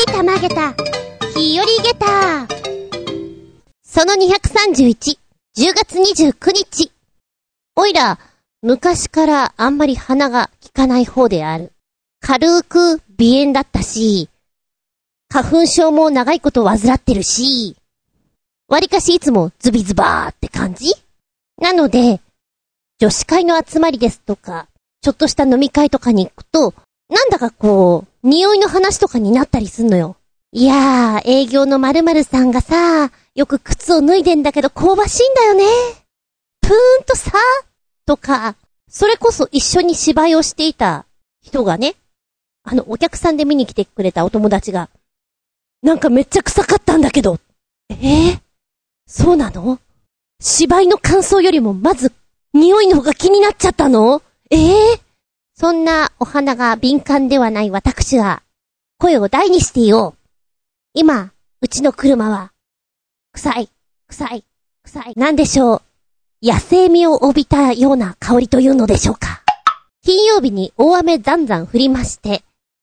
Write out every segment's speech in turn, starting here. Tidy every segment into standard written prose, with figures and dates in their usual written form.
たまげた、日和げた。その231、10月29日。おいら、昔からあんまり鼻が効かない方である。軽く鼻炎だったし、花粉症も長いこと患ってるし、わりかしいつもズビズバーって感じ？なので、女子会の集まりですとか、ちょっとした飲み会とかに行くと、なんだか匂いの話とかになったりすんのよ。いやー、営業の〇〇さんがさ、よく靴を脱いでんだけど香ばしいんだよね。プーンとさ、とか、それこそ一緒に芝居をしていた人がね、お客さんで見に来てくれたお友達が、なんかめっちゃ臭かったんだけど。そうなの？芝居の感想よりもまず、匂いの方が気になっちゃったの？そんなお花が敏感ではない私が、声を大にして言おう。今、うちの車は、臭い。なんでしょう。野生味を帯びたような香りというのでしょうか。金曜日に大雨ざんざん降りまして、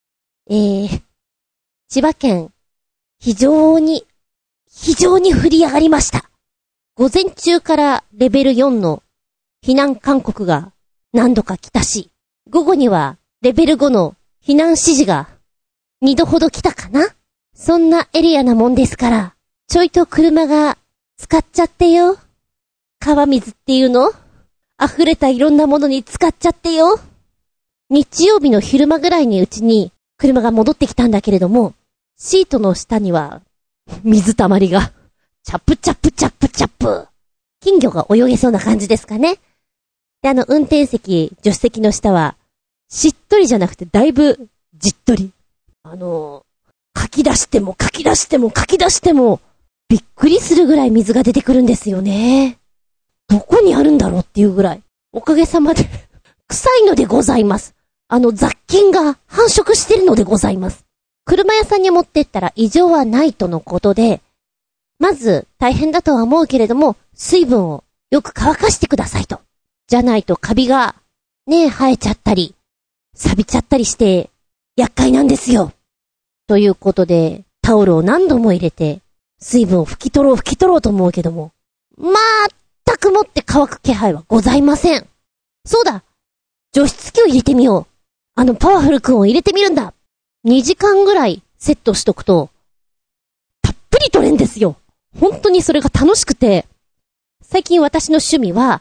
千葉県、非常に降り上がりました。午前中からレベル4の避難勧告が何度か来たし、午後にはレベル5の避難指示が2度ほど来たかな。そんなエリアなもんですから、ちょいと車が使っちゃってよ。川水っていうの？溢れたいろんなものに使っちゃってよ。日曜日の昼間ぐらいにうちに車が戻ってきたんだけれども、シートの下には水たまりがチャプチャプチャプチャプ。金魚が泳げそうな感じですかね。で、運転席、助手席の下はしっとりじゃなくてだいぶじっとり。書き出してもびっくりするぐらい水が出てくるんですよね。どこにあるんだろうっていうぐらい。おかげさまで臭いのでございます。雑菌が繁殖してるのでございます。車屋さんに持ってったら異常はないとのことで、まず大変だとは思うけれども、水分をよく乾かしてくださいと。じゃないとカビがね、生えちゃったり、錆びちゃったりして厄介なんですよ。ということで、タオルを何度も入れて、水分を拭き取ろうと思うけども、全くもって乾く気配はございません。そうだ、除湿器を入れてみよう。パワフルくんを入れてみるんだ。2時間ぐらいセットしとくと、たっぷり取れんですよ。本当にそれが楽しくて、最近私の趣味は、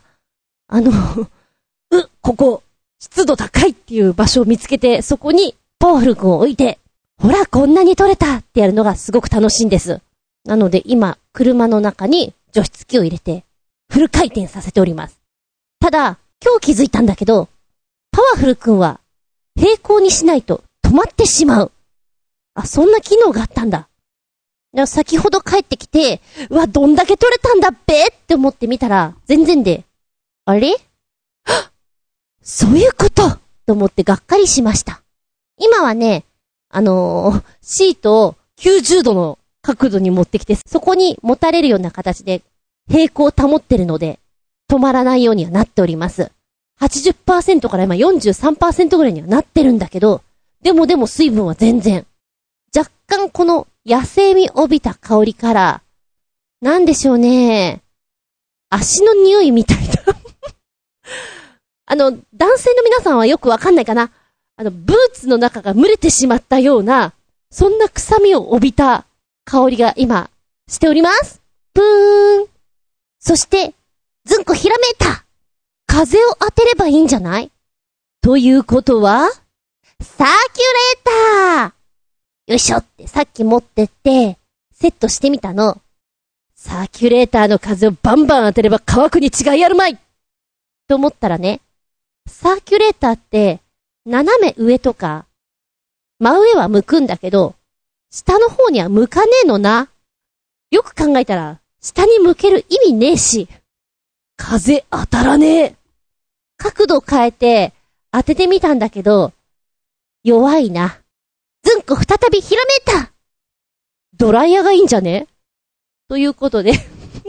ここ、湿度高いっていう場所を見つけて、そこにパワフルくんを置いて、ほら、こんなに取れたってやるのがすごく楽しいんです。なので今、車の中に除湿器を入れて、フル回転させております。ただ、今日気づいたんだけど、パワフルくんは、平行にしないと止まってしまう。そんな機能があったんだ。先ほど帰ってきて、どんだけ取れたんだっべって思ってみたら、全然で、あれ？そういうことと思ってがっかりしました。今はね、シートを90度の角度に持ってきて、そこに持たれるような形で平行を保ってるので、止まらないようにはなっております。80% から今 43% ぐらいにはなってるんだけど、でも水分は全然。若干この野生味帯びた香りから、なんでしょうね。足の匂いみたいな。男性の皆さんはよくわかんないかな。ブーツの中が蒸れてしまったような、そんな臭みを帯びた香りが今、しております。プーン。そして、ずんこひらめいた。風を当てればいいんじゃない？ということは、サーキュレーター。よいしょってさっき持ってって、セットしてみたの。サーキュレーターの風をバンバン当てれば乾くに違いあるまいと思ったらね、サーキュレーターって、斜め上とか、真上は向くんだけど、下の方には向かねえのな。よく考えたら、下に向ける意味ねえし、風当たらねえ。角度変えて当ててみたんだけど、弱いな。ずんこ再びひらめいた。ドライヤーがいいんじゃね？ということで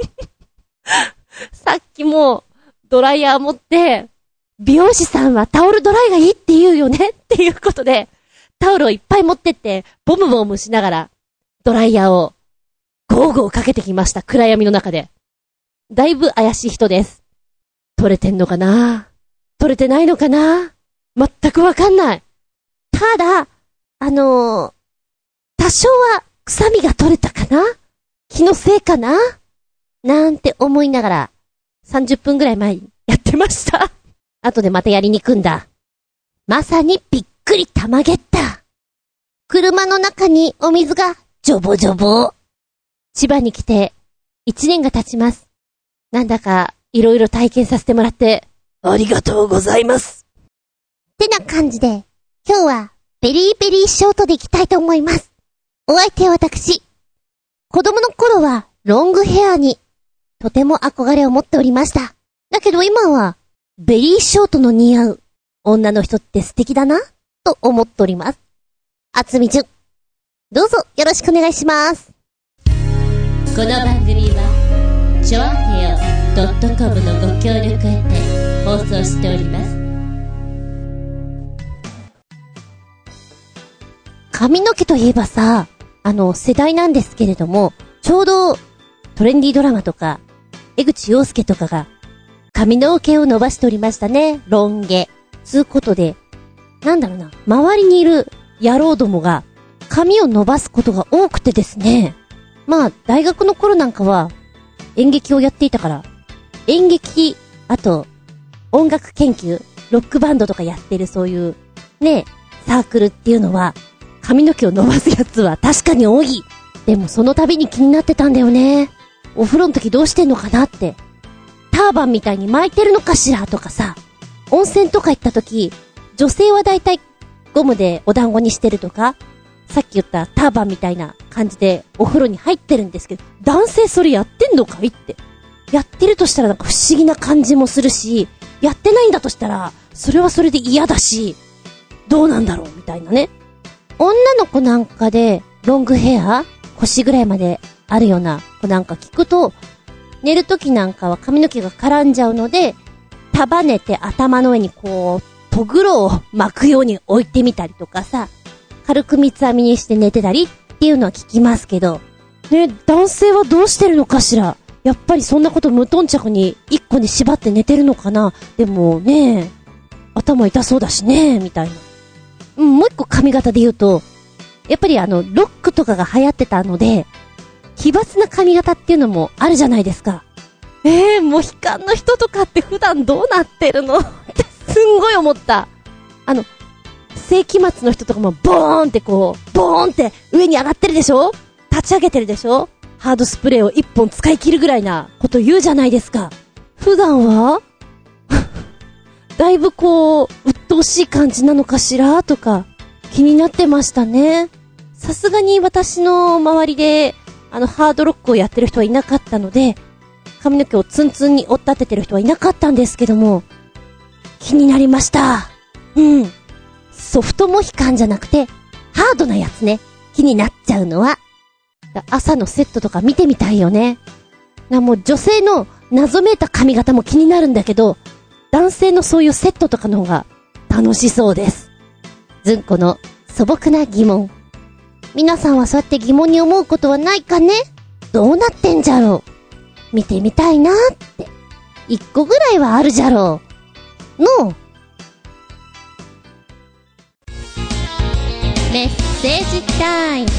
さっきもドライヤー持って、美容師さんはタオルドライがいいって言うよねっていうことで、 タオルをいっぱい持ってって、ボムボムしながら、ドライヤーを、ゴーゴーかけてきました。暗闇の中で。だいぶ怪しい人です。取れてんのかな？取れてないのかな？全くわかんない。ただ、多少は臭みが取れたかな？気のせいかな？なんて思いながら、30分ぐらい前にやってました。後でまたやりに行くんだ。まさにびっくりたまげった。車の中にお水がジョボジョボ。千葉に来て1年が経ちます。なんだかいろいろ体験させてもらってありがとうございます。ってな感じで今日はベリーベリーショートでいきたいと思います。お相手は私。子供の頃はロングヘアにとても憧れを持っておりました。だけど今はベリーショートの似合う女の人って素敵だなと思っております。あつみじゅん、どうぞよろしくお願いします。この番組はちょあへよ .com のご協力を得て放送しております。髪の毛といえばさ、世代なんですけれども、ちょうどトレンディードラマとか江口洋介とかが髪の毛を伸ばしておりましたね。ロン毛つうことで、なんだろうな、周りにいる野郎どもが髪を伸ばすことが多くてですね。まあ大学の頃なんかは演劇をやっていたから、演劇、あと音楽研究、ロックバンドとかやってるそういうねサークルっていうのは髪の毛を伸ばすやつは確かに多い。でもその度に気になってたんだよね。お風呂の時どうしてんのかなって。ターバンみたいに巻いてるのかしらとかさ。温泉とか行った時、女性はだいたいゴムでお団子にしてるとか、さっき言ったターバンみたいな感じでお風呂に入ってるんですけど、男性それやってんのかいって。やってるとしたらなんか不思議な感じもするし、やってないんだとしたらそれはそれで嫌だし、どうなんだろうみたいなね。女の子なんかでロングヘア腰ぐらいまであるような子なんか聞くと、寝るときなんかは髪の毛が絡んじゃうので、束ねて頭の上にこうとぐろを巻くように置いてみたりとかさ、軽く三つ編みにして寝てたりっていうのは聞きますけどね。男性はどうしてるのかしら。やっぱりそんなこと無頓着に一個に縛って寝てるのかな。でもね、頭痛そうだしねみたいな。もう一個髪型で言うと、やっぱりロックとかが流行ってたので、奇抜な髪型っていうのもあるじゃないですか。モヒカンの人とかって普段どうなってるのってすんごい思った。世紀末の人とかもボーンってこう、ボーンって上に上がってるでしょ？立ち上げてるでしょ？ハードスプレーを一本使い切るぐらいなこと言うじゃないですか。普段はだいぶこう、鬱陶しい感じなのかしらとか気になってましたね。さすがに私の周りでハードロックをやってる人はいなかったので、髪の毛をツンツンに追っ立ててる人はいなかったんですけども、気になりました。ソフトモヒカンじゃなくてハードなやつね。気になっちゃうのは朝のセットとか見てみたいよね。もう女性の謎めいた髪型も気になるんだけど、男性のそういうセットとかの方が楽しそうです。ずんこの素朴な疑問。皆さんはそうやって疑問に思うことはないかね？どうなってんじゃろう？見てみたいなーって。一個ぐらいはあるじゃろう。のう。メッセージタイム。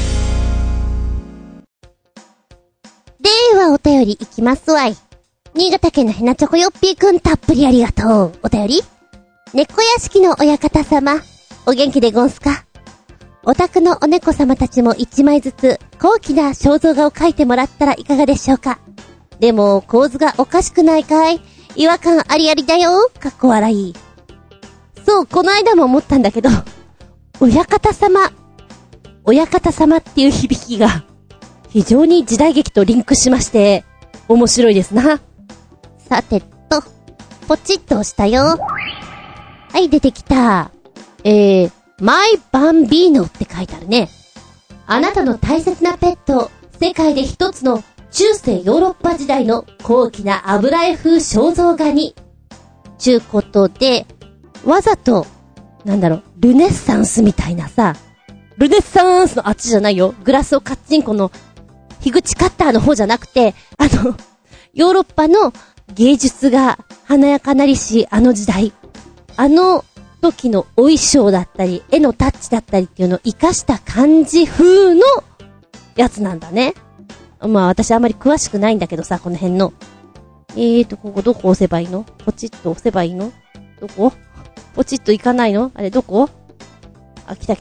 ではお便りいきますわい。新潟県のヘナチョコヨッピーくん、たっぷりありがとう。お便り。猫屋敷の親方様、お元気でごんすか？お宅のお猫様たちも一枚ずつ高貴な肖像画を描いてもらったらいかがでしょうか？でも構図がおかしくないかい？違和感ありありだよ。かっこ笑い。そう、この間も思ったんだけど、親方様っていう響きが非常に時代劇とリンクしまして面白いですな。さてと、ポチッと押したよ。はい、出てきた。マイバンビーノって書いてあるね。あなたの大切なペット、世界で一つの中世ヨーロッパ時代の高貴な油絵風肖像画に、ちゅうことで、わざと、ルネッサンスみたいなさ、 ルネッサンスのあっちじゃないよ。グラスをカッチンコの樋口カッターの方じゃなくて、ヨーロッパの芸術が華やかなりし、あの時代。あの時のお衣装だったり、絵のタッチだったりっていうのを活かした感じ風のやつなんだね。まあ私あんまり詳しくないんだけどさ、この辺の。ここどこ押せばいいの？ポチッと押せばいいの？どこ？ポチッといかないの？あれどこ？あ、来た。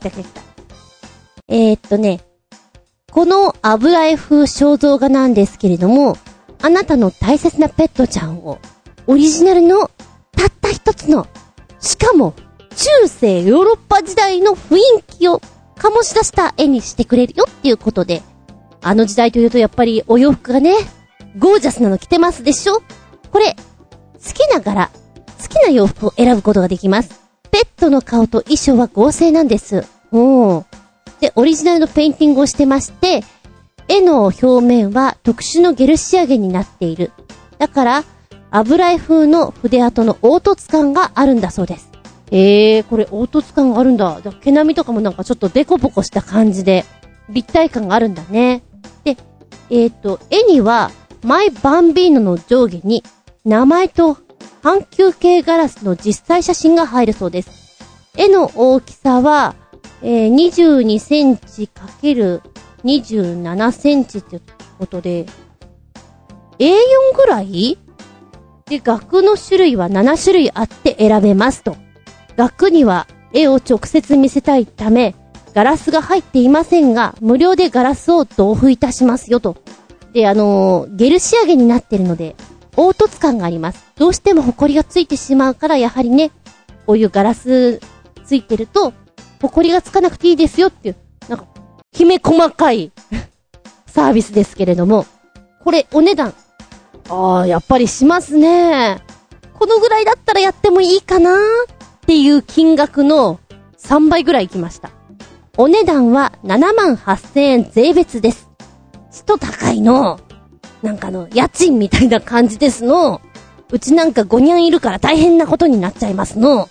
この油絵風肖像画なんですけれども、あなたの大切なペットちゃんを、オリジナルのたった一つの、しかも中世ヨーロッパ時代の雰囲気を醸し出した絵にしてくれるよっていうことで、あの時代というとやっぱりお洋服がね、ゴージャスなの着てますでしょ？これ、好きな柄、好きな洋服を選ぶことができます。ペットの顔と衣装は合成なんです。で、オリジナルのペインティングをしてまして、絵の表面は特殊のゲル仕上げになっている。だから、油絵風の筆跡の凹凸感があるんだそうです。これ凹凸感があるんだ。毛並みとかもなんかちょっとデコボコした感じで、立体感があるんだね。で、絵には、マイバンビーノの上下に、名前と半球形ガラスの実際写真が入るそうです。絵の大きさは、22センチ ×27 センチってことで、A4 ぐらいで、額の種類は7種類あって選べますと。額には絵を直接見せたいため、ガラスが入っていませんが、無料でガラスを同封いたしますよと。で、ゲル仕上げになってるので、凹凸感があります。どうしてもホコリがついてしまうから、やはりね、こういうガラスついてると、ホコリがつかなくていいですよっていう、なんか、きめ細かいサービスですけれども、これお値段、やっぱりしますね。このぐらいだったらやってもいいかなっていう金額の3倍ぐらいいきました。お値段は78,000円税別です。ちょっと高いの。なんか家賃みたいな感じですの。うちなんか5にゃんいるから大変なことになっちゃいますの。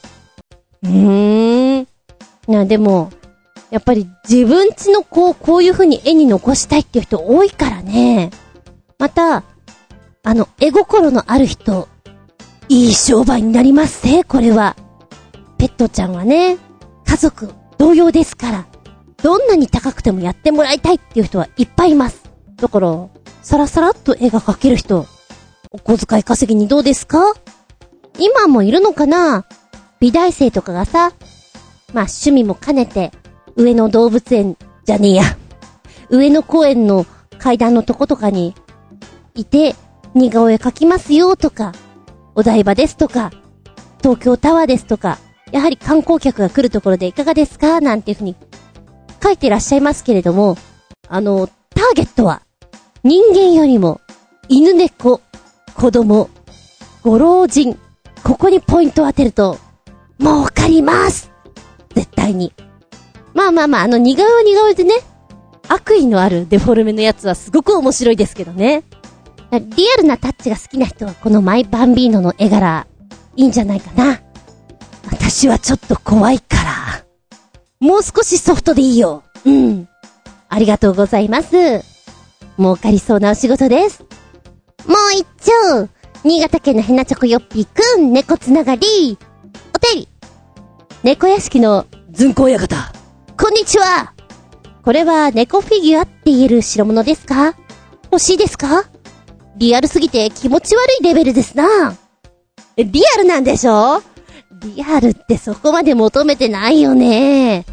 でも、やっぱり自分家のこういう風に絵に残したいっていう人多いからね。また、絵心のある人、いい商売になりますね、これは。ペットちゃんはね、家族同様ですから、どんなに高くてもやってもらいたいっていう人はいっぱいいます。だから、さらさらっと絵が描ける人、お小遣い稼ぎにどうですか？今もいるのかな？美大生とかがさ、まあ趣味も兼ねて、上野動物園じゃねえや。上野公園の階段のとことかにいて、似顔絵描きますよとか、お台場ですとか、東京タワーですとか、やはり観光客が来るところでいかがですかなんていうふうに書いてらっしゃいますけれども、ターゲットは人間よりも犬猫、子供、ご老人、ここにポイントを当てると儲かります。絶対に。まあ、似顔絵は似顔絵でね、悪意のあるデフォルメのやつはすごく面白いですけどね。リアルなタッチが好きな人はこのマイバンビーノの絵柄いいんじゃないかな。私はちょっと怖いから、もう少しソフトでいいよ。ありがとうございます。儲かりそうなお仕事です。もう一丁、新潟県のヘナチョコヨッピーくん、猫つながり、お便り。猫屋敷のずんこ親方。こんにちは。これは猫フィギュアって言える代物ですか？欲しいですか？リアルすぎて気持ち悪いレベルですな。リアルなんでしょ？リアルってそこまで求めてないよね。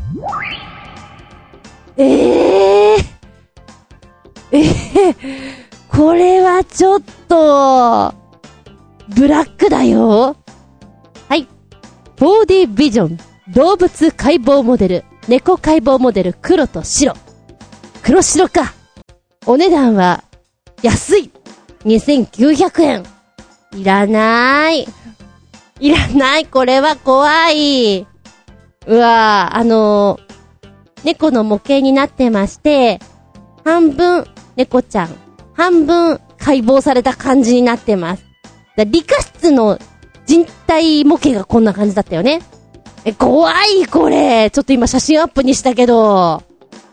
これはちょっとブラックだよ。はい。4D ビジョン動物解剖モデル、猫解剖モデル黒と白。黒白か。お値段は安い。2900円。いらない。これは怖い。うわぁ、猫の模型になってまして、半分猫ちゃん、半分解剖された感じになってます。理科室の人体模型がこんな感じだったよね。 怖いこれ。ちょっと今写真アップにしたけど。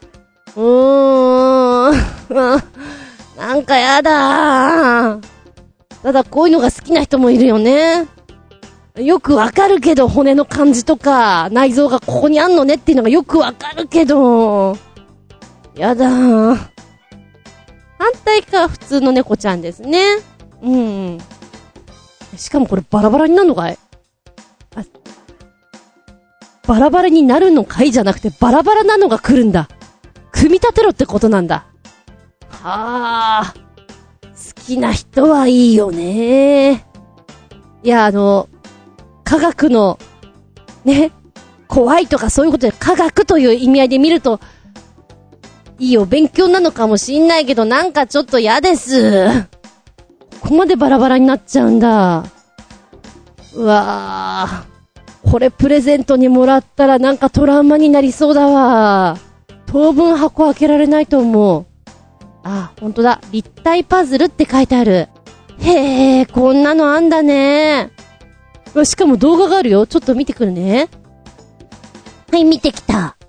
なんかやだ。ただこういうのが好きな人もいるよね。よくわかるけど、骨の感じとか、内臓がここにあんのねっていうのがよくわかるけど、やだ。反対か普通の猫ちゃんですね。しかもこれバラバラになるのかい？バラバラになるのかいじゃなくて、バラバラなのが来るんだ。組み立てろってことなんだ。はぁ。好きな人はいいよね。いや、科学の、ね、怖いとかそういうことで科学という意味合いで見ると、いいよ、勉強なのかもしんないけど、なんかちょっと嫌です。ここまでバラバラになっちゃうんだ。うわぁ。これプレゼントにもらったらなんかトラウマになりそうだわ。当分箱開けられないと思う。あ、ほんとだ。立体パズルって書いてある。へー、こんなのあんだね。しかも動画があるよ。ちょっと見てくるね。はい、見てきた。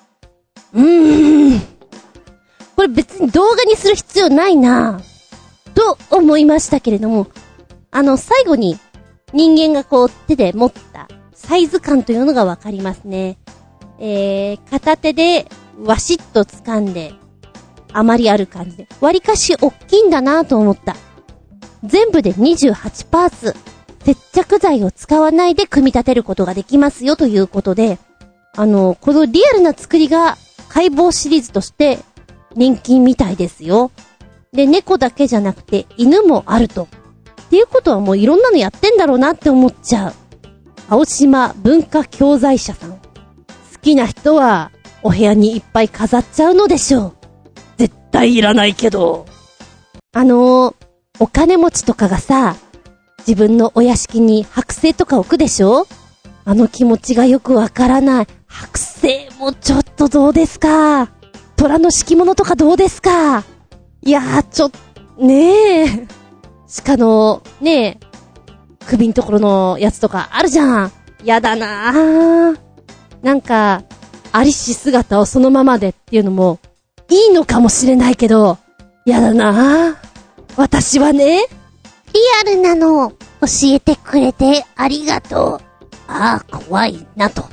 これ別に動画にする必要ないなと思いましたけれども、最後に人間がこう手で持ったサイズ感というのがわかりますね。片手でわしっと掴んで、あまりある感じで、割かし大きいんだなと思った。全部で28パーツ、接着剤を使わないで組み立てることができますよということで、このリアルな作りが解剖シリーズとして人気みたいですよ。で、猫だけじゃなくて犬もあると。っていうことはもういろんなのやってんだろうなって思っちゃう。青島文化教材社さん。好きな人はお部屋にいっぱい飾っちゃうのでしょう。絶対いらないけど。お金持ちとかがさ、自分のお屋敷に剥製とか置くでしょ？気持ちがよくわからない。剥製もちょっとどうですか？虎の敷物とかどうですか？いやー、ねえ。鹿の、ねえ、首のところのやつとかあるじゃん。やだなー。なんか、ありし姿をそのままでっていうのも、いいのかもしれないけど、やだなー。私はね、 リアルなのを教えてくれてありがとう。ああ、怖いなと。こ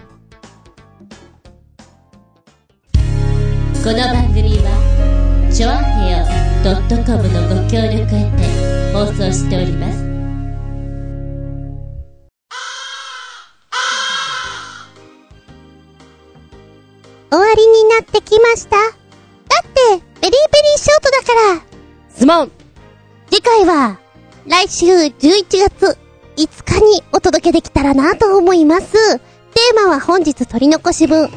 の番組はちょあへよ .com のご協力へて放送しております。 終わりになってきました。だってベリーベリーショートだから。 すまん。 次回は来週11月5日にお届けできたらなと思います。テーマは本日取り残し分。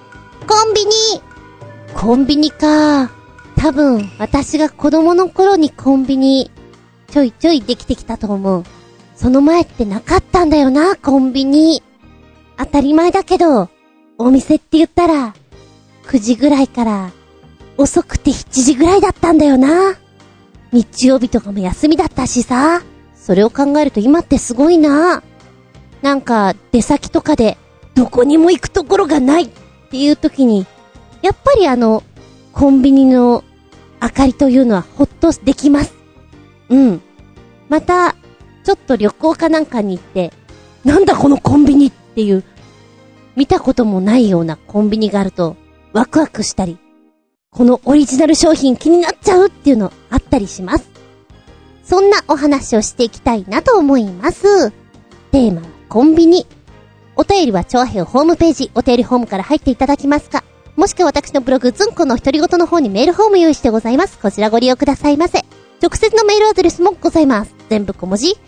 コンビニか。多分私が子供の頃にコンビニちょいちょいできてきたと思う。その前ってなかったんだよな、コンビニ。当たり前だけど、お店って言ったら9時ぐらいから遅くて7時ぐらいだったんだよな。日曜日とかも休みだったしさ。それを考えると今ってすごいな。なんか出先とかでどこにも行くところがないっていう時に、やっぱりコンビニの明かりというのはほっとできます。またちょっと旅行かなんかに行って、なんだこのコンビニっていう見たこともないようなコンビニがあるとワクワクしたり、このオリジナル商品気になっちゃうっていうのあったりします。そんなお話をしていきたいなと思います。テーマはコンビニ。お便りはチョアヘオホームページお便りフォームから入っていただきますか、もしくは私のブログズンコの独り言の方にメールフォーム用意してございます。こちらご利用くださいませ。直接のメールアドレスもございます。全部小文字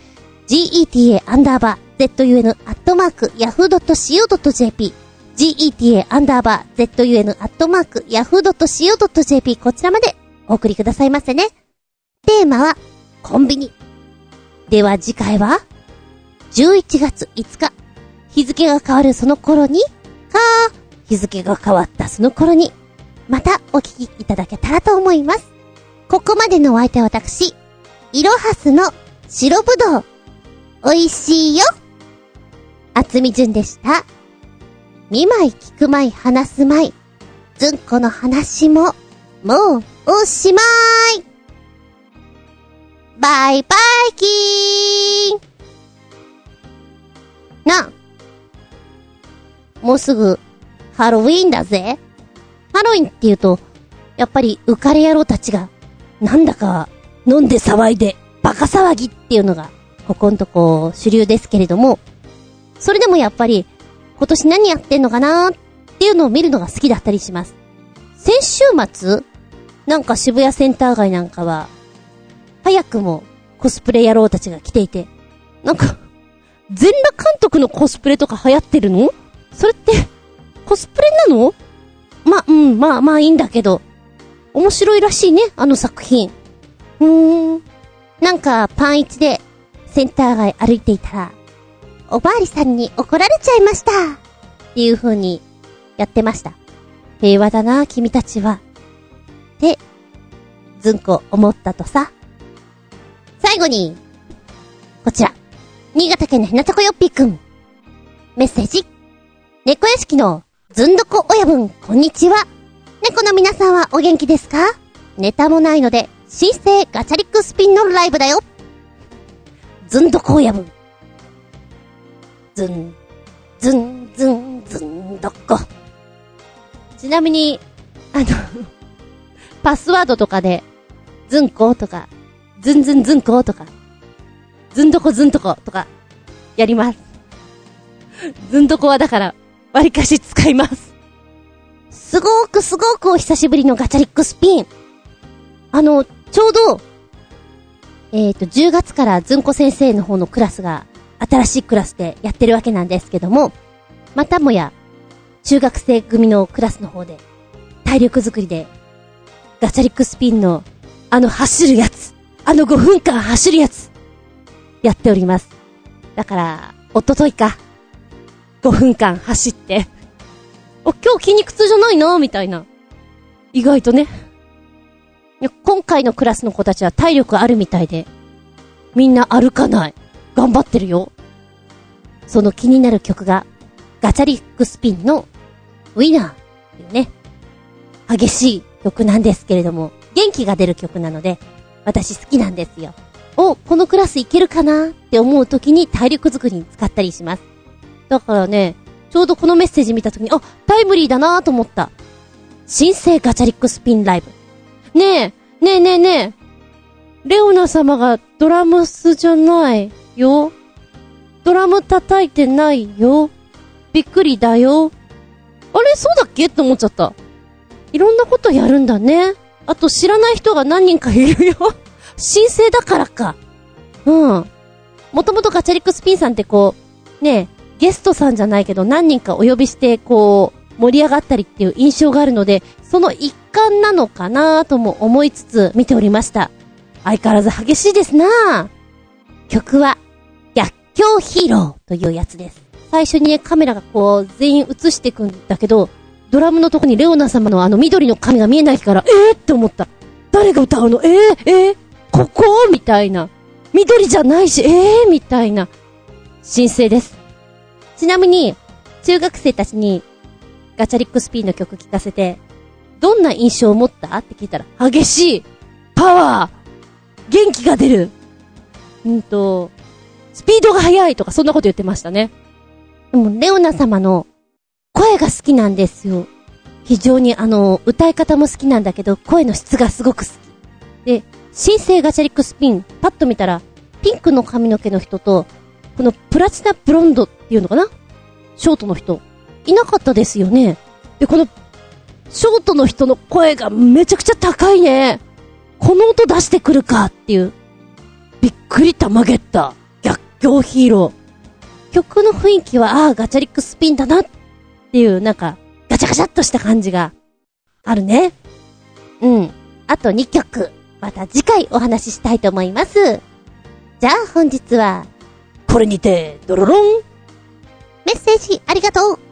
geta_zun@yahoo.co.jp geta_zun@yahoo.co.jp こちらまでお送りくださいませね。テーマはコンビニ。では次回は11月5日。日付が変わるその頃に日付が変わったその頃にまたお聞きいただけたらと思います。ここまでのお相手は私、いろはすの白ぶどう。美味しいよ。あつみじゅんでした。 見舞い聞く舞い話す舞い。ずんこの話も、もうおしまい。バイバイキーン。な、もうすぐハロウィーンだぜ。ハロウィンって言うと、やっぱり浮かれ野郎たちが、なんだか飲んで騒いでバカ騒ぎっていうのが、ここんとこ主流ですけれども、それでもやっぱり、今年何やってんのかなーっていうのを見るのが好きだったりします。先週末なんか渋谷センター街なんかは、早くもコスプレ野郎たちが来ていて、なんか、全裸監督のコスプレとか流行ってるの？それって、コスプレなの？まあいいんだけど、面白いらしいね、あの作品。なんかパンイチでセンター街歩いていたら、おばありさんに怒られちゃいましたっていう風にやってました。平和だな君たちはってずんこ思ったとさ。最後にこちら新潟県のひなたこよっぴーくん、メッセージ。猫屋敷のずんどこ親分、こんにちは。猫の皆さんはお元気ですか？ネタもないので新生ガチャリックスピンのライブだよ。ずんどこ親分、ずんどこ。ちなみにパスワードとかでずんことかずんことかずんどことかやります。ずんどこはだからわりかし使います。すごーくお久しぶりのガチャリックスピン。ちょうど10月からずんこ先生の方のクラスが新しいクラスでやってるわけなんですけども、またもや中学生組のクラスの方で体力作りでガチャリックスピンの走るやつ、5分間走るやつやっております。だから一昨日か5分間走って今日筋肉痛じゃないなみたいな。意外とね、今回のクラスの子たちは体力あるみたいで、みんな歩かない。頑張ってるよ。その気になる曲が、ガチャリックスピンのウィナーっていうね、激しい曲なんですけれども、元気が出る曲なので、私好きなんですよ。このクラスいけるかなって思う時に体力作りに使ったりします。だからね、ちょうどこのメッセージ見た時に、タイムリーだなと思った。新生ガチャリックスピンライブ。ねえ。レオナ様がドラムスじゃないよ。ドラム叩いてないよ。びっくりだよ。あれそうだっけって思っちゃった。いろんなことやるんだね。あと知らない人が何人かいるよ。新生だからか。もともとガチャリックスピンさんってゲストさんじゃないけど何人かお呼びして盛り上がったりっていう印象があるので、その一環なのかなとも思いつつ見ておりました。相変わらず激しいですな。曲は逆境ヒーローというやつです。最初にね、カメラが全員映していくんだけど、ドラムのとこにレオナ様の緑の髪が見えないからって思った。誰が歌うのここみたいな。緑じゃないしみたいな。新生です。ちなみに中学生たちにガチャリックスピンの曲聴かせて、どんな印象を持ったって聞いたら、激しい、パワー、元気が出る、スピードが速いとかそんなこと言ってましたね。でもレオナ様の声が好きなんですよ。非常に歌い方も好きなんだけど、声の質がすごく好きで、新生ガチャリックスピンパッと見たら、ピンクの髪の毛の人とこのプラチナブロンドっていうのかな、ショートの人いなかったですよね。で、このショートの人の声がめちゃくちゃ高いね。この音出してくるかっていう、びっくりたまげった逆境ヒーロー。曲の雰囲気はガチャリックスピンだなっていう、なんかガチャガチャっとした感じがあるね。あと2曲また次回お話ししたいと思います。じゃあ本日はこれにてドロロン。メッセージありがとう。